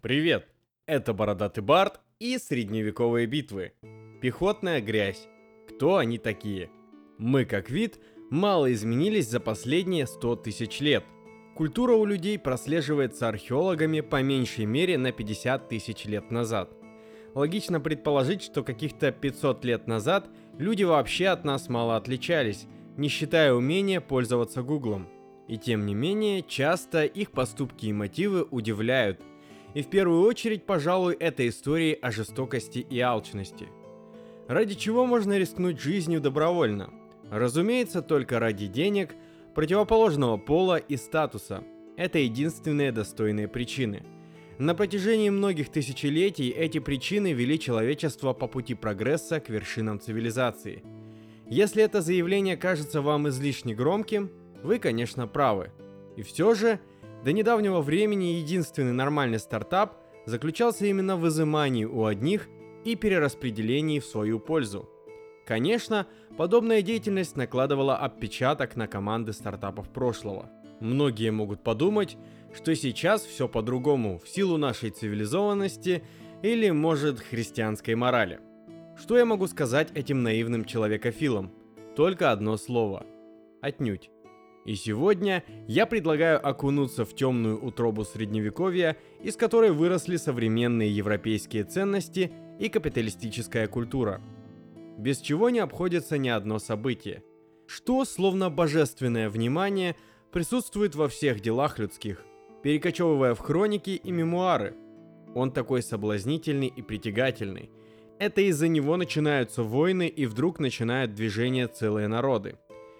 Привет! Это Бородатый Бард и средневековые битвы. Пехотная грязь. Кто они такие? Мы, как вид, мало изменились за последние 100 тысяч лет. Культура у людей прослеживается археологами по меньшей мере на 50 тысяч лет назад. Логично предположить, что каких-то 500 лет назад люди вообще от нас мало отличались, не считая умения пользоваться Гуглом. И тем не менее, часто их поступки и мотивы удивляют. И в первую очередь, пожалуй, это истории о жестокости и алчности. Ради чего можно рискнуть жизнью добровольно? Разумеется, только ради денег, противоположного пола и статуса. Это единственные достойные причины. На протяжении многих тысячелетий эти причины вели человечество по пути прогресса к вершинам цивилизации. Если это заявление кажется вам излишне громким, вы, конечно, правы. И все же, до недавнего времени единственный нормальный стартап заключался именно в изымании у одних и перераспределении в свою пользу. Конечно, подобная деятельность накладывала отпечаток на команды стартапов прошлого. Многие могут подумать, что сейчас все по-другому в силу нашей цивилизованности или, может, христианской морали. Что я могу сказать этим наивным человекофилам? Только одно слово – отнюдь. И сегодня я предлагаю окунуться в темную утробу средневековья, из которой выросли современные европейские ценности и капиталистическая культура. Без чего не обходится ни одно событие. Что, словно божественное внимание, присутствует во всех делах людских, перекочевывая в хроники и мемуары. Он такой соблазнительный и притягательный. Это из-за него начинаются войны и вдруг начинают движение целые народы.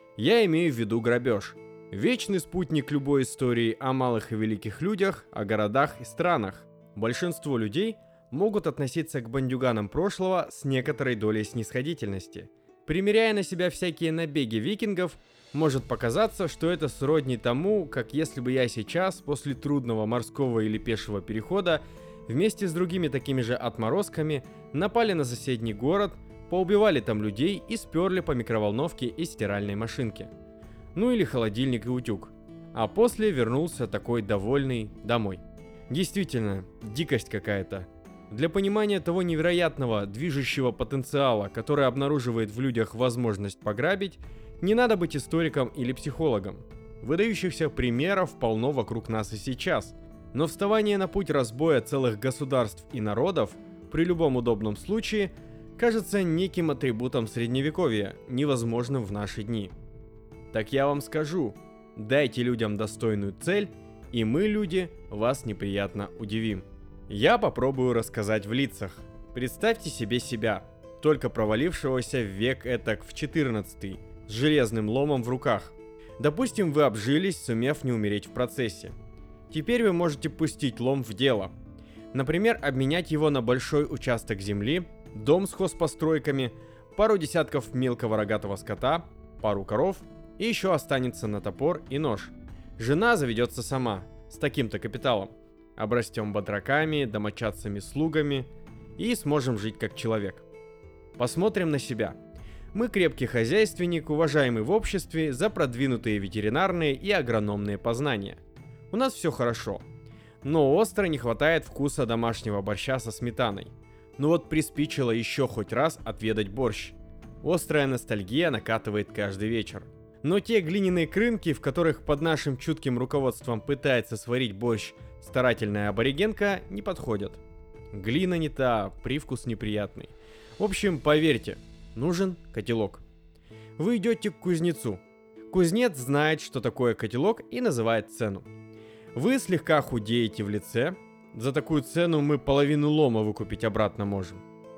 Я имею в виду грабеж. Вечный спутник любой истории о малых и великих людях, о городах и странах. Большинство людей могут относиться к бандюганам прошлого с некоторой долей снисходительности. Примеряя на себя всякие набеги викингов, может показаться, что это сродни тому, как если бы я сейчас, после трудного морского или пешего перехода, вместе с другими такими же отморозками, напали на соседний город, поубивали там людей и сперли по микроволновке и стиральной машинке. Ну или холодильник и утюг. А после вернулся такой довольный домой. Действительно, дикость какая-то. Для понимания того невероятного движущего потенциала, который обнаруживает в людях возможность пограбить, не надо быть историком или психологом. Выдающихся примеров полно вокруг нас и сейчас. Но вставание на путь разбоя целых государств и народов при любом удобном случае кажется неким атрибутом средневековья, невозможным в наши дни. Так я вам скажу, дайте людям достойную цель, и мы, люди, вас неприятно удивим. Я попробую рассказать в лицах. Представьте себе себя, только провалившегося в век этак в 14-й, с железным ломом в руках. Допустим, вы обжились, сумев не умереть в процессе. Теперь вы можете пустить лом в дело. Например, обменять его на большой участок земли, дом с хозпостройками, пару десятков мелкого рогатого скота, пару коров, и еще останется на топор и нож. Жена заведется сама, с таким-то капиталом. Обрастем батраками, домочадцами, слугами и сможем жить как человек. Посмотрим на себя. Мы крепкий хозяйственник, уважаемый в обществе за продвинутые ветеринарные и агрономные познания. У нас все хорошо. Но остро не хватает вкуса домашнего борща со сметаной. Ну вот приспичило еще хоть раз отведать борщ. Острая ностальгия накатывает каждый вечер. Но те глиняные крынки, в которых под нашим чутким руководством пытается сварить борщ старательная аборигенка, не подходят. Глина не та, привкус неприятный. В общем, поверьте, нужен котелок. Вы идете к кузнецу. Кузнец знает, что такое котелок, и называет цену. Вы слегка худеете в лице. За такую цену мы половину лома выкупить обратно можем.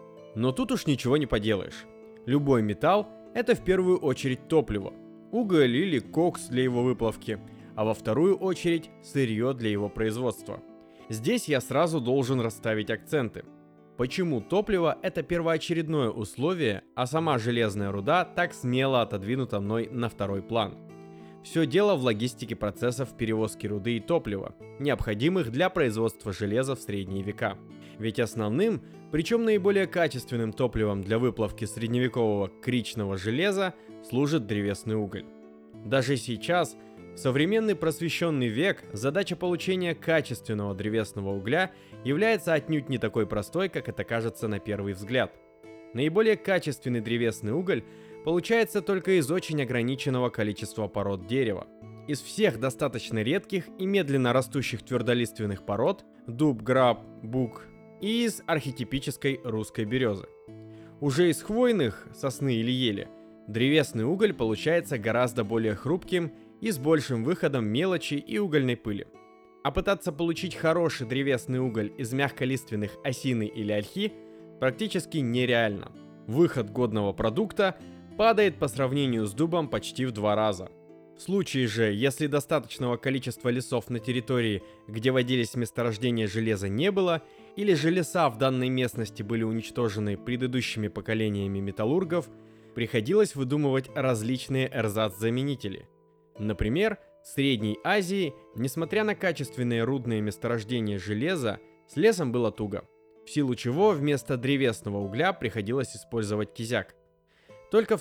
Но тут уж ничего не поделаешь. Любой металл – это в первую очередь топливо. Уголь или кокс для его выплавки, а во вторую очередь сырье для его производства. Здесь я сразу должен расставить акценты. Почему топливо – это первоочередное условие, а сама железная руда так смело отодвинута мной на второй план? Все дело в логистике процессов перевозки руды и топлива, необходимых для производства железа в средние века. Ведь основным, причем наиболее качественным топливом для выплавки средневекового кричного железа служит древесный уголь. Даже сейчас, В современный просвещенный век задача получения качественного древесного угля является отнюдь не такой простой, как это кажется на первый взгляд. Наиболее качественный древесный уголь получается только из очень ограниченного количества пород дерева. Из всех достаточно редких и медленно растущих твердолиственных пород – дуб, граб, бук – и из архетипической русской березы. Уже из хвойных – сосны или ели – древесный уголь получается гораздо более хрупким и с большим выходом мелочи и угольной пыли. А пытаться получить хороший древесный уголь из мягколиственных осины или ольхи практически нереально. Выход годного продукта падает по сравнению с дубом почти в 2 раза. В случае же, если достаточного количества лесов на территории, где водились месторождения железа, не было, или же леса в данной местности были уничтожены предыдущими поколениями металлургов, приходилось выдумывать различные эрзац-заменители. Например, в Средней Азии, несмотря на качественные рудные месторождения железа, с лесом было туго, в силу чего вместо древесного угля приходилось использовать кизяк. Только в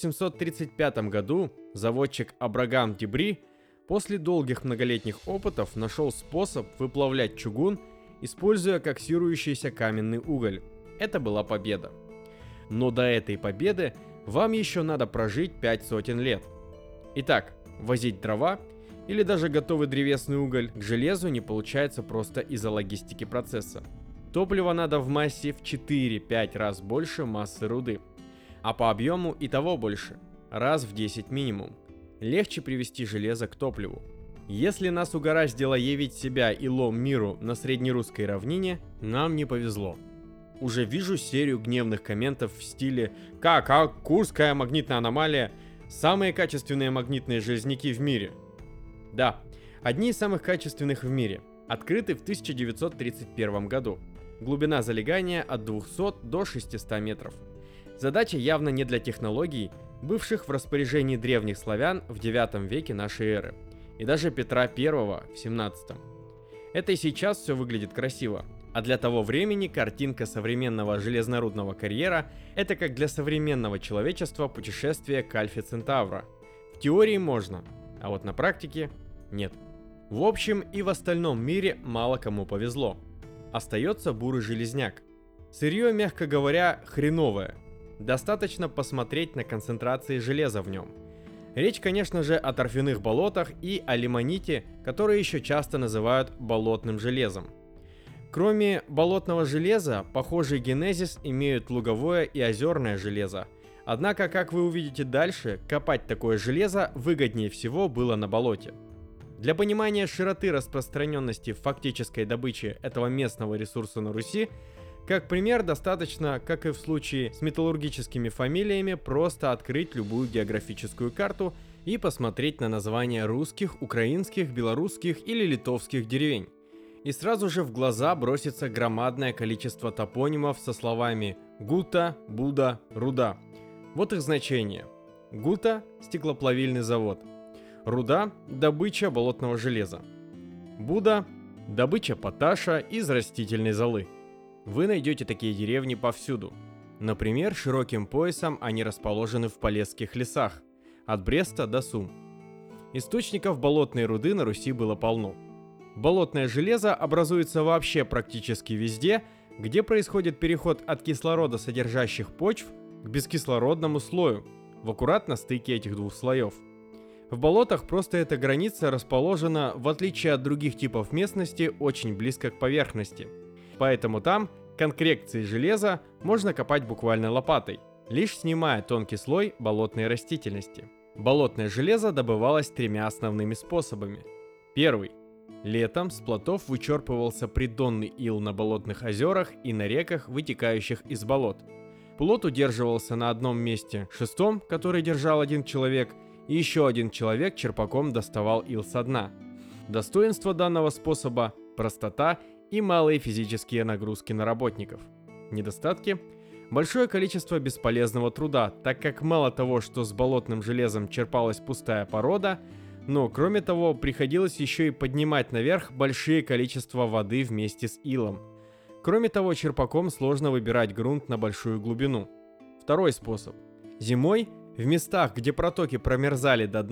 1735 году заводчик Абрагам Дебри после долгих многолетних опытов нашел способ выплавлять чугун, используя коксирующийся каменный уголь. Это была победа. Но до этой победы вам еще надо прожить 5 сотен лет. Итак, возить дрова или даже готовый древесный уголь к железу не получается просто из-за логистики процесса. Топлива надо в массе в 4-5 раз больше массы руды. А по объему и того больше, раз в 10 минимум. Легче привести железо к топливу. Если нас угораздило явить себя и лом миру на среднерусской равнине, нам не повезло. Уже вижу серию гневных комментов в стиле «А Курская магнитная аномалия? Самые качественные магнитные железняки в мире». Да, одни из самых качественных в мире, открыты в 1931 году. Глубина залегания от 200 до 600 метров. Задача явно не для технологий, бывших в распоряжении древних славян в 9 веке нашей эры, и даже Петра I в 17. Это и сейчас все выглядит красиво, а для того времени картинка современного железнорудного карьера – это как для современного человечества путешествие к Альфе Центавра. В теории можно, а вот на практике нет. В общем, и в остальном мире мало кому повезло. Остается бурый железняк. Сырье, мягко говоря, хреновое. Достаточно посмотреть на концентрации железа в нем. Речь, конечно же, о торфяных болотах и о лимоните, которые еще часто называют болотным железом. Кроме болотного железа, похожий генезис имеют луговое и озерное железо. Однако, как вы увидите дальше, копать такое железо выгоднее всего было на болоте. Для понимания широты распространенности фактической добычи этого местного ресурса на Руси, как пример, достаточно, как и в случае с металлургическими фамилиями, просто открыть любую географическую карту и посмотреть на названия русских, украинских, белорусских или литовских деревень. И сразу же в глаза бросится громадное количество топонимов со словами «Гута», «Буда», «Руда». Вот их значение. Гута – стеклоплавильный завод. Руда – добыча болотного железа. Буда – добыча поташа из растительной золы. Вы найдете такие деревни повсюду. Например, широким поясом они расположены в полесских лесах, от Бреста до Сум. Источников болотной руды на Руси было полно. Болотное железо образуется вообще практически везде, где происходит переход от кислородосодержащих почв к бескислородному слою, в аккуратно стыке этих двух слоев. В болотах просто эта граница расположена, в отличие от других типов местности, очень близко к поверхности. Поэтому там конкрекции железа можно копать буквально лопатой, лишь снимая тонкий слой болотной растительности. Болотное железо добывалось 3 основными способами. Первый. Летом с плотов вычерпывался придонный ил на болотных озерах и на реках, вытекающих из болот. Плот удерживался на одном месте шестом, который держал один человек, и еще один человек черпаком доставал ил со дна. Достоинство данного способа – простота и малые физические нагрузки на работников. Недостатки – большое количество бесполезного труда, так как мало того, что с болотным железом черпалась пустая порода, но кроме того приходилось еще и поднимать наверх большие количества воды вместе с илом. Кроме того, черпаком сложно выбирать грунт на большую глубину. Второй способ. Зимой в местах, где протоки промерзали до дна,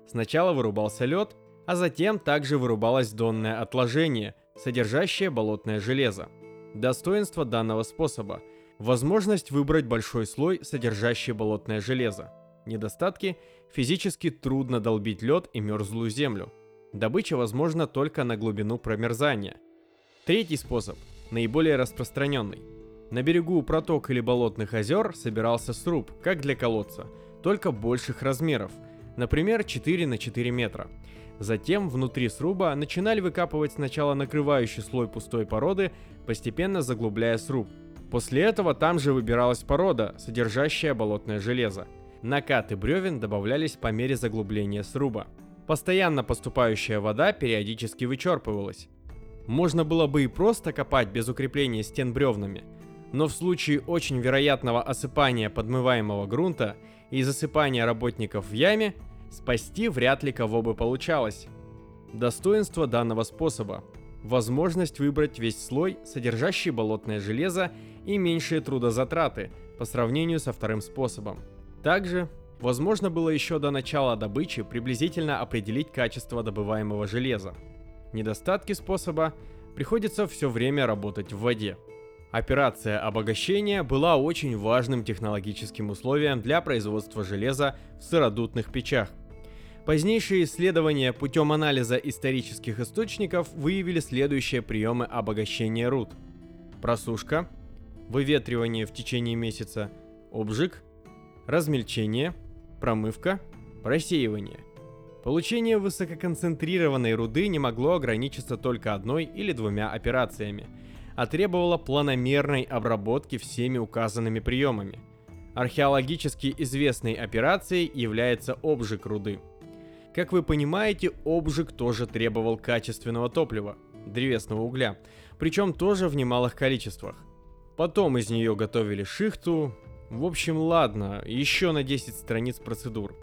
Сначала вырубался лед, а затем также вырубалось донное отложение, содержащее болотное железо. Достоинство данного способа – возможность выбрать большой слой, содержащий болотное железо. Недостатки – физически трудно долбить лед и мерзлую землю. Добыча возможна только на глубину промерзания. Третий способ – наиболее распространенный. На берегу проток или болотных озер собирался сруб, как для колодца, только больших размеров, например, 4 на 4 метра. Затем внутри сруба начинали выкапывать сначала накрывающий слой пустой породы, постепенно заглубляя сруб. После этого там же выбиралась порода, содержащая болотное железо. Накаты бревен добавлялись по мере заглубления сруба. Постоянно поступающая вода периодически вычерпывалась. Можно было бы и просто копать без укрепления стен бревнами, но в случае очень вероятного осыпания подмываемого грунта и засыпания работников в яме, спасти вряд ли кого бы получалось. Достоинство данного способа – возможность выбрать весь слой, содержащий болотное железо, и меньшие трудозатраты по сравнению со вторым способом. Также возможно было еще до начала добычи приблизительно определить качество добываемого железа. Недостатки способа – приходится все время работать в воде. Операция обогащения была очень важным технологическим условием для производства железа в сыродутных печах. Позднейшие исследования путем анализа исторических источников выявили следующие приемы обогащения руд: просушка, выветривание в течение месяца, обжиг, размельчение, промывка, просеивание. Получение высококонцентрированной руды не могло ограничиться только одной или двумя операциями, а требовало планомерной обработки всеми указанными приемами. Археологически известной операцией является обжиг руды. Как вы понимаете, обжиг тоже требовал качественного топлива, древесного угля, причем тоже в немалых количествах. Потом из нее готовили шихту. В общем, ладно, еще на 10 страниц процедур.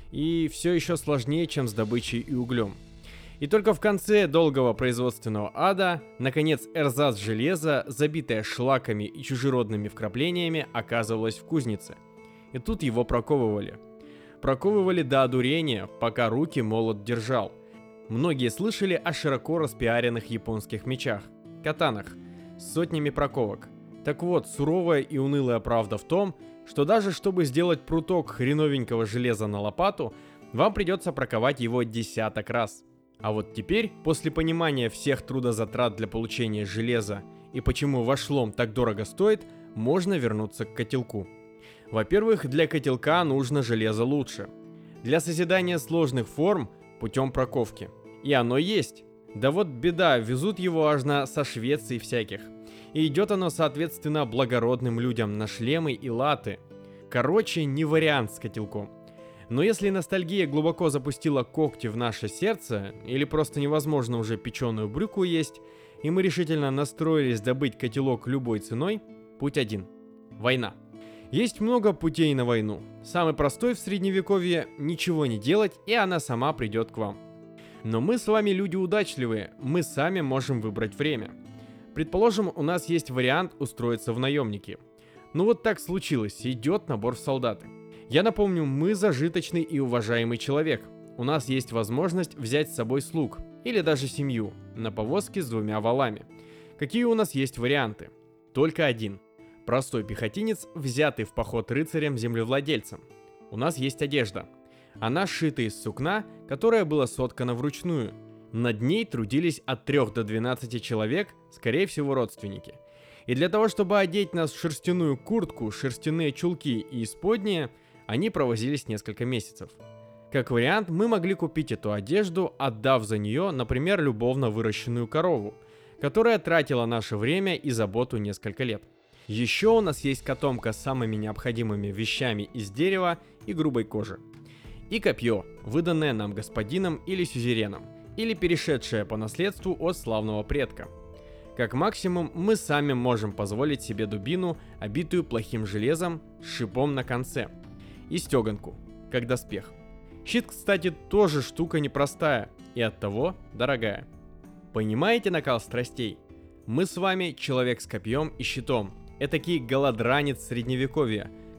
И все еще сложнее, чем с добычей и углем. И только в конце долгого производственного ада, наконец, эрзац железа, забитое шлаками и чужеродными вкраплениями, оказывалось в кузнице. И тут его проковывали. Проковывали до одурения, пока руки молот держал. Многие слышали о широко распиаренных японских мечах, катанах, с сотнями проковок. Так вот, суровая и унылая правда в том, что даже чтобы сделать пруток хреновенького железа на лопату, вам придется проковать его десяток раз. А вот теперь, после понимания всех трудозатрат для получения железа и почему ваш лом так дорого стоит, можно вернуться к котелку. Во-первых, для котелка нужно железо лучше. Для созидания сложных форм путем проковки. И оно есть. Да вот беда, везут его аж со Швеции всяких. И идет оно, соответственно, благородным людям на шлемы и латы. Короче, не вариант с котелком. Но если ностальгия глубоко запустила когти в наше сердце, или просто невозможно уже печеную брюкву есть, и мы решительно настроились добыть котелок любой ценой, путь один – война. Есть много путей на войну. Самый простой в средневековье – ничего не делать, и она сама придет к вам. Но мы с вами люди удачливые, мы сами можем выбрать время. Предположим, у нас есть вариант устроиться в наемники. Ну вот так случилось, идет набор в солдаты. Я напомню, мы зажиточный и уважаемый человек. У нас есть возможность взять с собой слуг, или даже семью, на повозке с 2 валами. Какие у нас есть варианты? Только один. Простой пехотинец, взятый в поход рыцарем-землевладельцем. У нас есть одежда. Она сшита из сукна, которое было соткано вручную. Над ней трудились от 3 до 12 человек, скорее всего родственники. И для того, чтобы одеть нас в шерстяную куртку, шерстяные чулки и исподние, они провозились несколько месяцев. Как вариант, мы могли купить эту одежду, отдав за нее, например, любовно выращенную корову, которая тратила наше время и заботу несколько лет. Еще у нас есть котомка с самыми необходимыми вещами из дерева и грубой кожи. И копье, выданное нам господином или сюзереном, или перешедшее по наследству от славного предка. Как максимум, мы сами можем позволить себе дубину, обитую плохим железом, с шипом на конце. И стеганку, как доспех. Щит, кстати, тоже штука непростая и оттого дорогая. Понимаете накал страстей? Мы с вами человек с копьем и щитом. Этакий голодранец средневековья,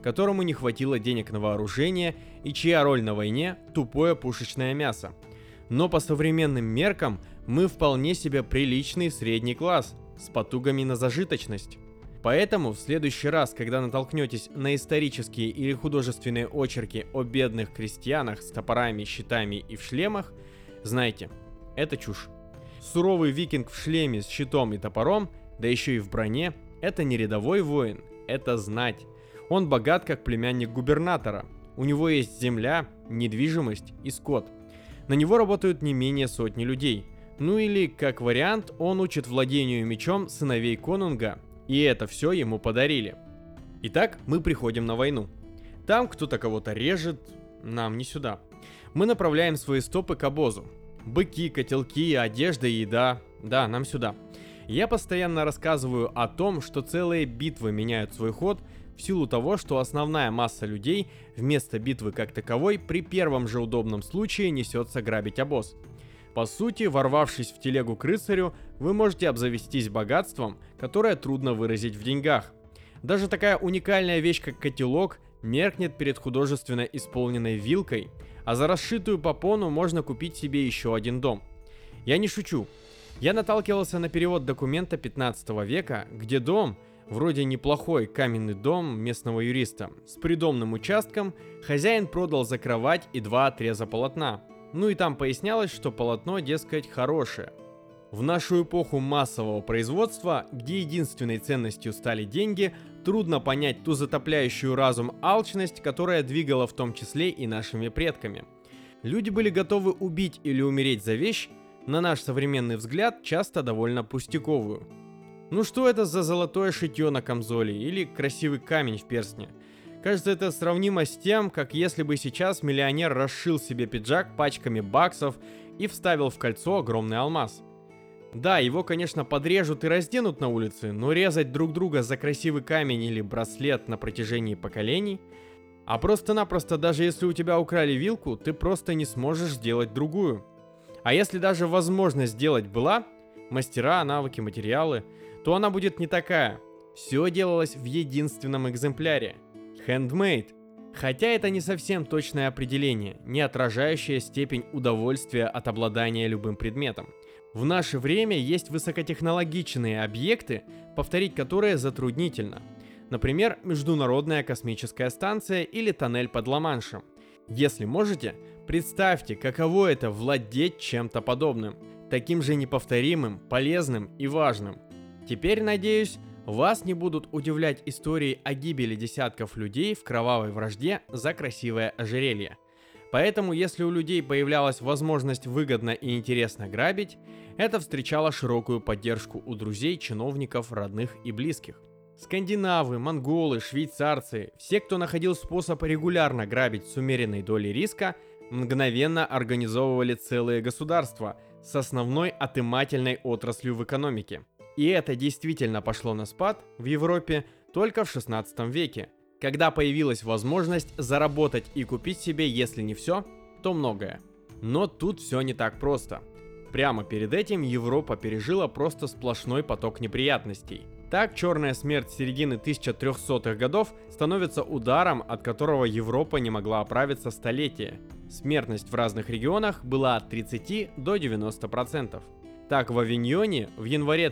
которому не хватило денег на вооружение и чья роль на войне – тупое пушечное мясо. Но по современным меркам мы вполне себе приличный средний класс, с потугами на зажиточность. Поэтому в следующий раз, когда натолкнетесь на исторические или художественные очерки о бедных крестьянах с топорами, щитами и в шлемах, знайте, это чушь. Суровый викинг в шлеме с щитом и топором, да еще и в броне, это не рядовой воин, это знать. Он богат как племянник губернатора. У него есть земля, недвижимость и скот. На него работают не менее сотни людей. Ну или, как вариант, он учит владению мечом сыновей конунга, и это все ему подарили. Итак, мы приходим на войну. Там кто-то кого-то режет, нам не сюда. Мы направляем свои стопы к обозу. Быки, котелки, одежда и еда, да, нам сюда. Я постоянно рассказываю о том, что целые битвы меняют свой ход в силу того, что основная масса людей вместо битвы как таковой при первом же удобном случае несется грабить обоз. По сути, ворвавшись в телегу к рыцарю, вы можете обзавестись богатством, которое трудно выразить в деньгах. Даже такая уникальная вещь, как котелок, меркнет перед художественно исполненной вилкой, а за расшитую попону можно купить себе еще один дом. Я не шучу. Я наталкивался на перевод документа 15 века, где дом, вроде неплохой каменный дом местного юриста, с придомным участком, хозяин продал за кровать и 2 отреза полотна. Ну и там пояснялось, что полотно, дескать, хорошее. В нашу эпоху массового производства, где единственной ценностью стали деньги, трудно понять ту затопляющую разум алчность, которая двигала в том числе и нашими предками. Люди были готовы убить или умереть за вещь, на наш современный взгляд, часто довольно пустяковую. Ну что это за золотое шитье на камзоле или красивый камень в перстне? Кажется, это сравнимо с тем, как если бы сейчас миллионер расшил себе пиджак пачками баксов и вставил в кольцо огромный алмаз. Да, его, конечно, подрежут и разденут на улице, но резать друг друга за красивый камень или браслет на протяжении поколений? А просто-напросто, даже если у тебя украли вилку, ты просто не сможешь сделать другую. А если даже возможность сделать была, мастера, навыки, материалы, то она будет не такая. Все делалось в единственном экземпляре. Handmade. Хотя это не совсем точное определение, не отражающее степень удовольствия от обладания любым предметом. В наше время есть высокотехнологичные объекты, повторить которые затруднительно. Например, Международная космическая станция или тоннель под Ла-Маншем. Если можете, представьте, каково это владеть чем-то подобным, таким же неповторимым, полезным и важным. Теперь, надеюсь, вас не будут удивлять истории о гибели десятков людей в кровавой вражде за красивое ожерелье. Поэтому, если у людей появлялась возможность выгодно и интересно грабить, это встречало широкую поддержку у друзей, чиновников, родных и близких. Скандинавы, монголы, швейцарцы, все, кто находил способ регулярно грабить с умеренной долей риска, мгновенно организовывали целые государства с основной отымательной отраслью в экономике. И это действительно пошло на спад в Европе только в 16 веке, когда появилась возможность заработать и купить себе, если не все, то многое. Но тут все не так просто. Прямо перед этим Европа пережила просто сплошной поток неприятностей. Так, черная смерть середины 1300-х годов становится ударом, от которого Европа не могла оправиться столетия. Смертность в разных регионах была от 30 до 90%. Так, в Авиньоне в январе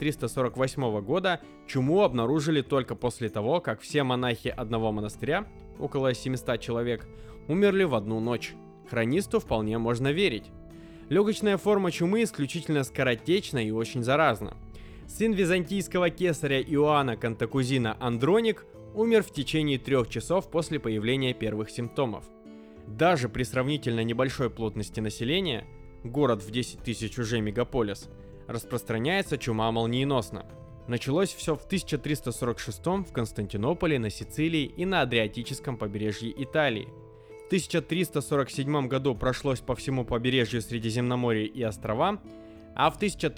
1348 года чуму обнаружили только после того, как все монахи одного монастыря, около 700 человек, умерли в одну ночь. Хронисту вполне можно верить. Легочная форма чумы исключительно скоротечна и очень заразна. Сын византийского кесаря Иоанна Кантакузина Андроник умер в течение 3 часов после появления первых симптомов. Даже при сравнительно небольшой плотности населения, город в 10 тысяч уже мегаполис, распространяется чума молниеносно. Началось все в 1346 в Константинополе, на Сицилии и на Адриатическом побережье Италии. В 1347 году прошлось по всему побережью Средиземноморья и островам, а в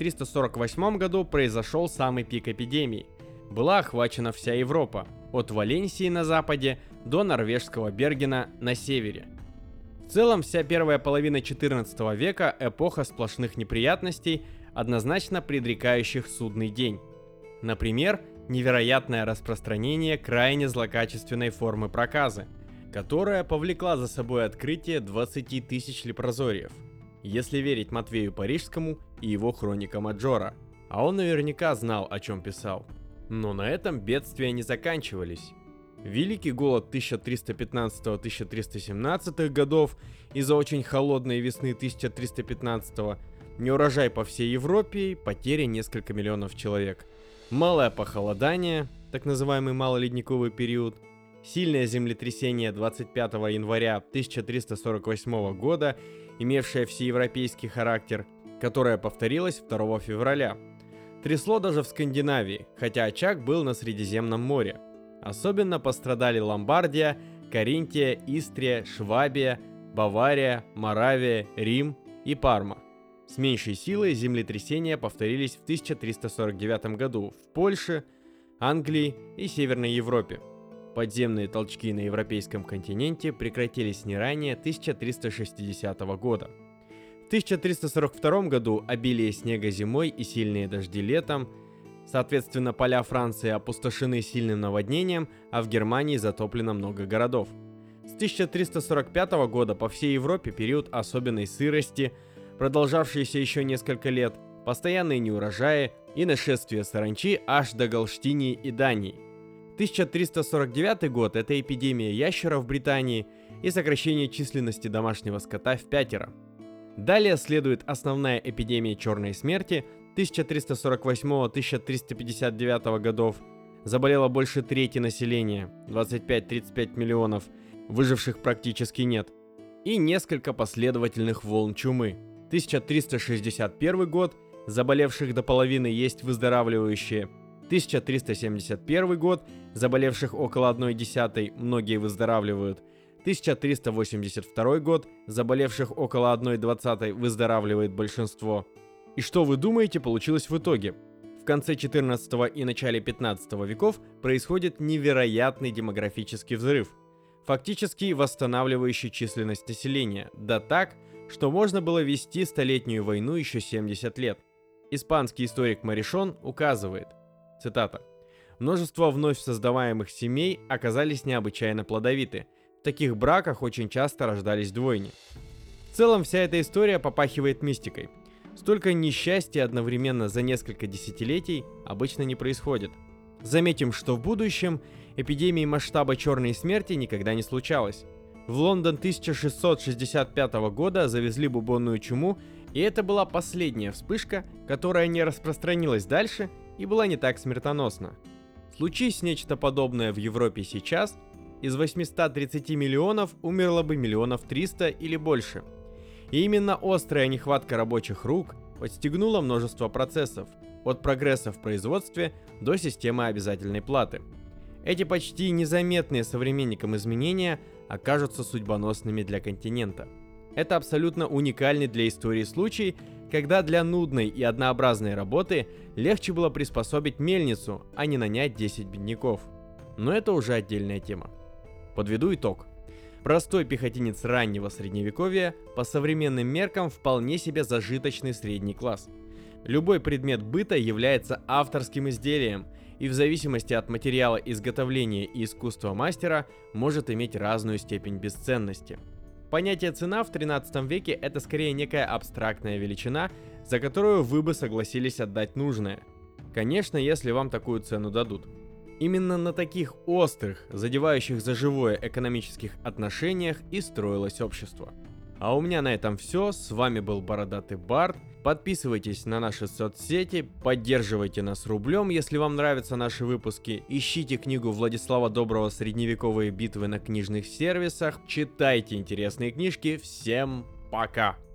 1348 году произошел самый пик эпидемии. Была охвачена вся Европа, от Валенсии на западе до норвежского Бергена на севере. В целом, вся первая половина 14 века – эпоха сплошных неприятностей, однозначно предрекающих судный день. Например, невероятное распространение крайне злокачественной формы проказы, которая повлекла за собой открытие 20 тысяч лепрозориев, если верить Матвею Парижскому и его хроникам Аджора. А он наверняка знал, о чем писал. Но на этом бедствия не заканчивались. Великий голод 1315-1317 годов из-за очень холодной весны 1315, неурожай по всей Европе, потери несколько миллионов человек. Малое похолодание, так называемый малоледниковый период, сильное землетрясение 25 января 1348 года, имевшее всеевропейский характер, которое повторилось 2 февраля. Трясло даже в Скандинавии, хотя очаг был на Средиземном море. Особенно пострадали Ломбардия, Каринтия, Истрия, Швабия, Бавария, Моравия, Рим и Парма. С меньшей силой землетрясения повторились в 1349 году в Польше, Англии и Северной Европе. Подземные толчки на европейском континенте прекратились не ранее 1360 года. В 1342 году обилие снега зимой и сильные дожди летом, соответственно, поля Франции опустошены сильным наводнением, а в Германии затоплено много городов. С 1345 года по всей Европе период особенной сырости, продолжавшийся еще несколько лет, постоянные неурожаи и нашествие саранчи аж до Галштинии и Дании. 1349 год – это эпидемия ящеров в Британии и сокращение численности домашнего скота в 5. Далее следует основная эпидемия черной смерти 1348-1359 годов. Заболело больше трети населения, 25-35 миллионов, выживших практически нет. И несколько последовательных волн чумы. 1361 год, заболевших до половины есть выздоравливающие. 1371 год, заболевших около 1/10, многие выздоравливают. 1382 год, заболевших около 1/20, выздоравливает большинство. И что вы думаете получилось в итоге? В конце 14 и начале 15 веков происходит невероятный демографический взрыв, фактически восстанавливающий численность населения, да так, что можно было вести столетнюю войну еще 70 лет. Испанский историк Маришон указывает, цитата, «Множество вновь создаваемых семей оказались необычайно плодовиты. В таких браках очень часто рождались двойни». В целом вся эта история попахивает мистикой. Столько несчастья одновременно за несколько десятилетий обычно не происходит. Заметим, что в будущем эпидемии масштаба черной смерти никогда не случалось. В Лондон 1665 года завезли бубонную чуму, и это была последняя вспышка, которая не распространилась дальше и была не так смертоносна. Случись нечто подобное в Европе сейчас, из 830 миллионов умерло бы 300 000 или больше. И именно острая нехватка рабочих рук подстегнула множество процессов, от прогресса в производстве до системы обязательной платы. Эти почти незаметные современникам изменения окажутся судьбоносными для континента. Это абсолютно уникальный для истории случай, когда для нудной и однообразной работы легче было приспособить мельницу, а не нанять 10 бедняков. Но это уже отдельная тема. Подведу итог. Простой пехотинец раннего средневековья по современным меркам вполне себе зажиточный средний класс. Любой предмет быта является авторским изделием, и в зависимости от материала изготовления и искусства мастера может иметь разную степень бесценности. Понятие цена в 13 веке – это скорее некая абстрактная величина, за которую вы бы согласились отдать нужное. Конечно, если вам такую цену дадут. Именно на таких острых, задевающих за живое экономических отношениях и строилось общество. А у меня на этом все. С вами был Бородатый Бард. Подписывайтесь на наши соцсети, поддерживайте нас рублем, если вам нравятся наши выпуски. Ищите книгу Владислава Доброго «Средневековые битвы» на книжных сервисах. Читайте интересные книжки. Всем пока!